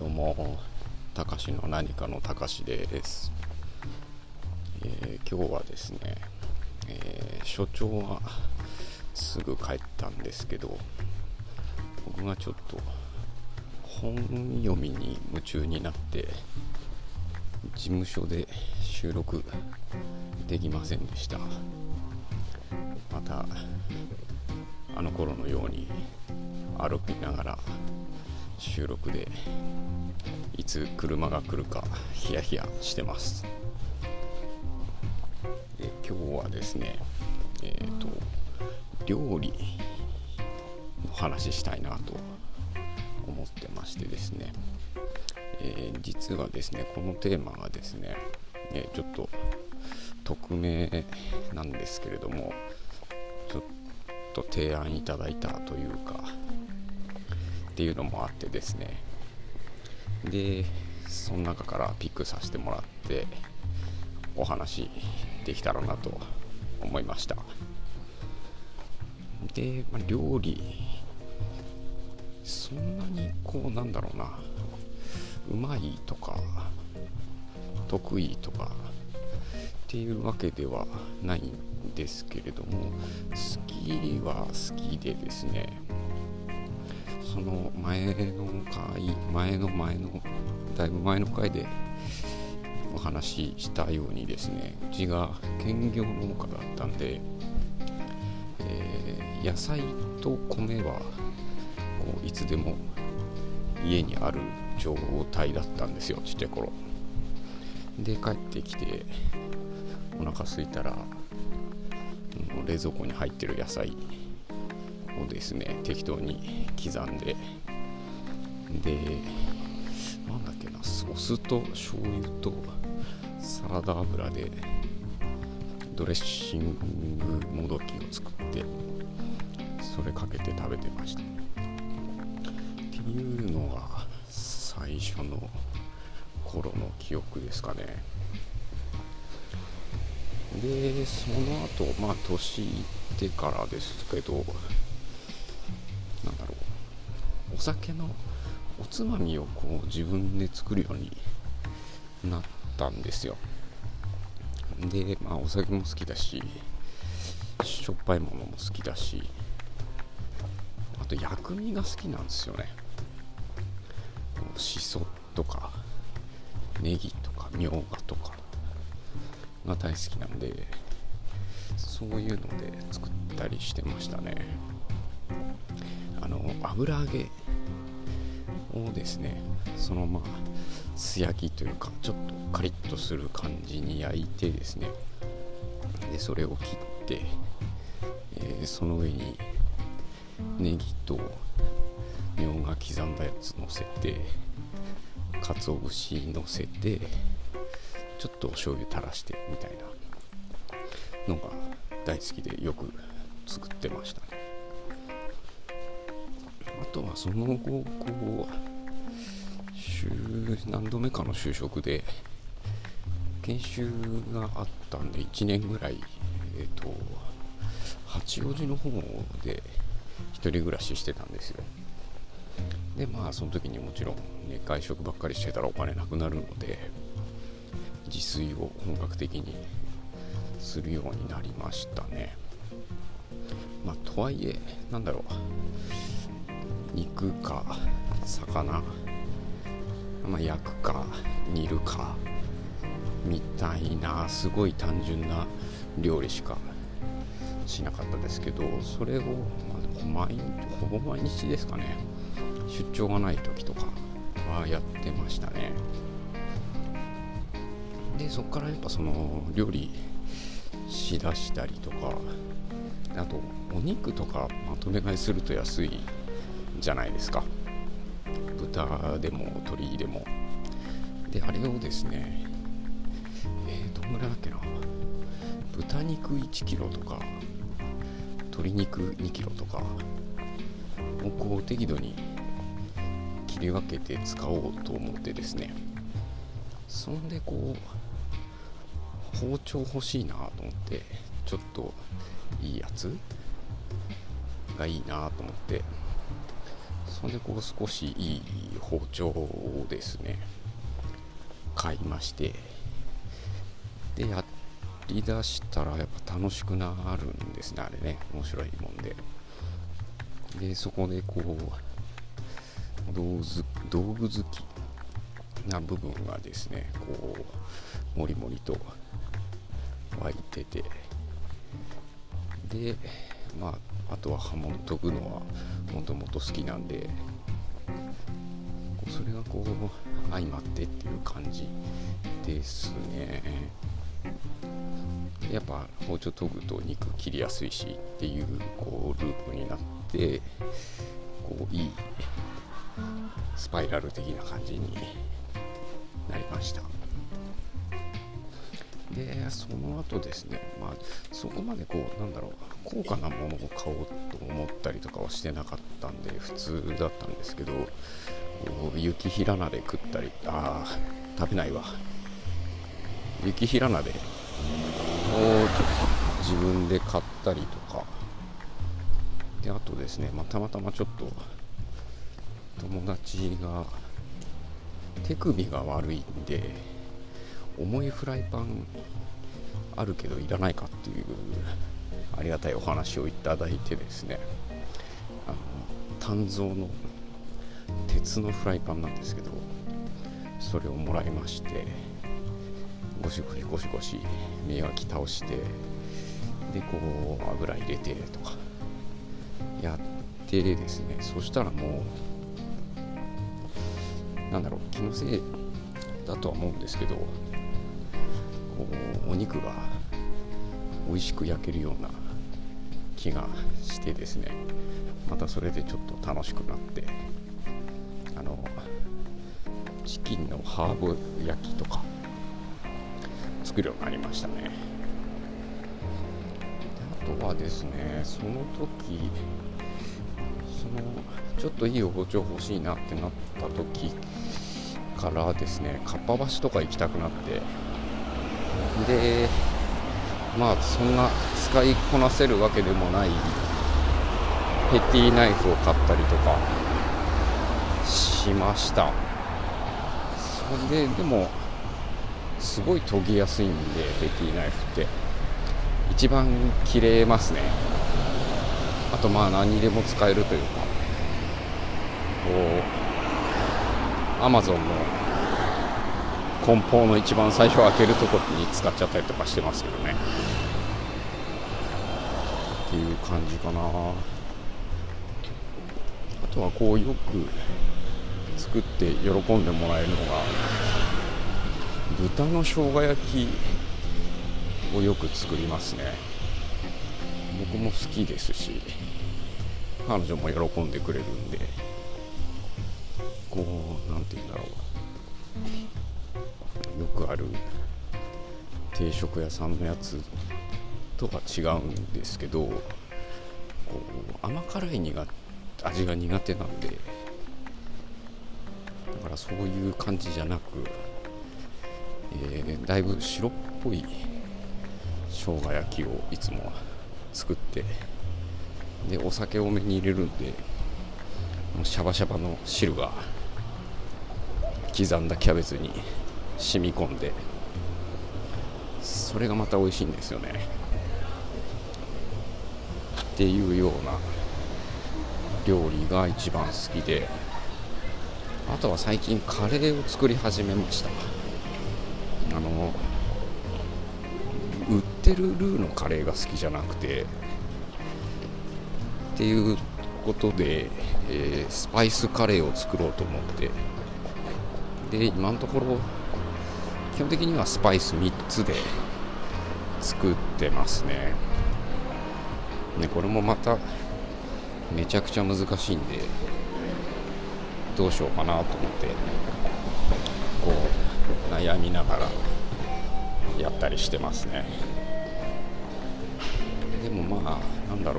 どうも、たかしの何かのたかしです。今日はですね、所長はすぐ帰ったんですけど、僕がちょっと本読みに夢中になって事務所で収録できませんでした。またあの頃のように歩きながら収録でいつ車が来るかヒヤヒヤしてます。で今日はですね、料理の話したいなと思ってましてですね、実はですねこのテーマがですね、ちょっと匿名なんですけれども、ちょっと提案いただいたというかっていうのもあってですね、でその中からピックさせてもらってお話できたらなと思いました。で、料理そんなにうまいとか得意とかっていうわけではないんですけれども、好きは好きでですね、そのだいぶ前の回でお話ししたようにですね、うちが兼業農家だったんで、野菜と米はこういつでも家にある状態だったんですよ、ちっちゃい頃で。帰ってきてお腹空いたら冷蔵庫に入ってる野菜をですね適当に刻んで、お酢と醤油とサラダ油でドレッシングもどきを作ってそれかけて食べてましたっていうのが最初の頃の記憶ですかね。でその後年いってからですけど、お酒のおつまみをこう自分で作るようになったんですよ。でお酒も好きだし、しょっぱいものも好きだし、あと薬味が好きなんですよね。しそとかネギとかみょうがとかが大好きなんで、そういうので作ったりしてましたね。油揚げをですねその素焼きというかちょっとカリッとする感じに焼いてですね、でそれを切って、その上にネギとみょうが刻んだやつ乗せて、鰹節乗せてちょっとお醤油垂らしてみたいなのが大好きでよく作ってましたね。あとはその後こう何度目かの就職で研修があったんで1年ぐらい、八王子の方で一人暮らししてたんですよ。でその時にもちろん、外食ばっかりしてたらお金なくなるので自炊を本格的にするようになりましたね。とはいえ肉か魚、焼くか煮るかみたいなすごい単純な料理しかしなかったですけど、それを、ほぼ毎日ですかね、出張がない時とかはやってましたね。でそこからやっぱその料理しだしたりとか、あとお肉とかまとめ買いすると安いじゃないですか、豚でも鶏でも。であれをですね、どんぐらいだっけな、豚肉1キロとか鶏肉2キロとかをこう適度に切り分けて使おうと思ってですね、そんでこう包丁欲しいなと思って、ちょっといいやつがいいなと思って、 それでこう少しいい包丁をですね買いまして、でやりだしたらやっぱ楽しくなるんですね。あれね、面白いもんで。でそこでこう道具好きな部分がですねこうもりもりと湧いてて、であとは刃物研ぐのはもともと好きなんで、それがこう相まってっていう感じですね。やっぱ包丁研ぐと肉切りやすいしっていうこうループになって、こういいスパイラル的な感じになりました。でその後ですね、そこまでこう高価なものを買おうと思ったりとかはしてなかったんで普通だったんですけど、雪平鍋食ったり、食べないわ、雪平鍋を自分で買ったりとかで、あとですね、たまたまちょっと友達が手首が悪いんで重いフライパンあるけどいらないかっていうありがたいお話をいただいてですね、炭造の鉄のフライパンなんですけど、それをもらいまして、ゴシゴシ磨き倒して、でこう油入れてとかやってですね、そしたらもう気のせいだとは思うんですけど、こうお肉が美味しく焼けるような気がしてですね、またそれでちょっと楽しくなって、チキンのハーブ焼きとか作るようになりましたね。あとはですね、その時ちょっといい包丁欲しいなってなった時からですね、かっぱ橋とか行きたくなって、でそんな使いこなせるわけでもないペティナイフを買ったりとかしました。それでもすごい研ぎやすいんで、ペティナイフって一番切れますね。あと何にでも使えるというか、アマゾンの梱包の一番最初開けるところに使っちゃったりとかしてますけどね、っていう感じかな。あとはよく作って喜んでもらえるのが豚の生姜焼きをよく作りますね。僕も好きですし、彼女も喜んでくれるんで、なんていうんだろう、よくある定食屋さんのやつとは違うんですけど、甘辛い味が苦手なんで、だからそういう感じじゃなく、だいぶ白っぽい生姜焼きをいつも作って、でお酒多めに入れるんで、もうシャバシャバの汁が刻んだキャベツに染み込んで、それがまた美味しいんですよねっていうような料理が一番好きで、あとは最近カレーを作り始めました。売ってるルーのカレーが好きじゃなくてっていうことで、スパイスカレーを作ろうと思って、で今のところ基本的にはスパイス3つで作ってますね。これもまためちゃくちゃ難しいんで、どうしようかなと思って悩みながらやったりしてますね。でもやっぱ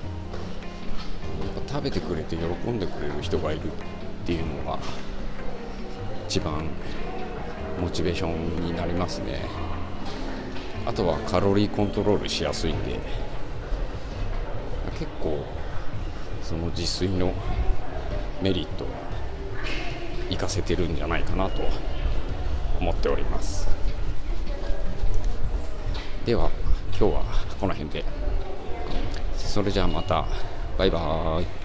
食べてくれて喜んでくれる人がいるっていうのが一番モチベーションになりますね。あとはカロリーコントロールしやすいんで、結構その自炊のメリットを活かせてるんじゃないかなと思っております。では今日はこの辺で、それじゃあまた、バイバーイ。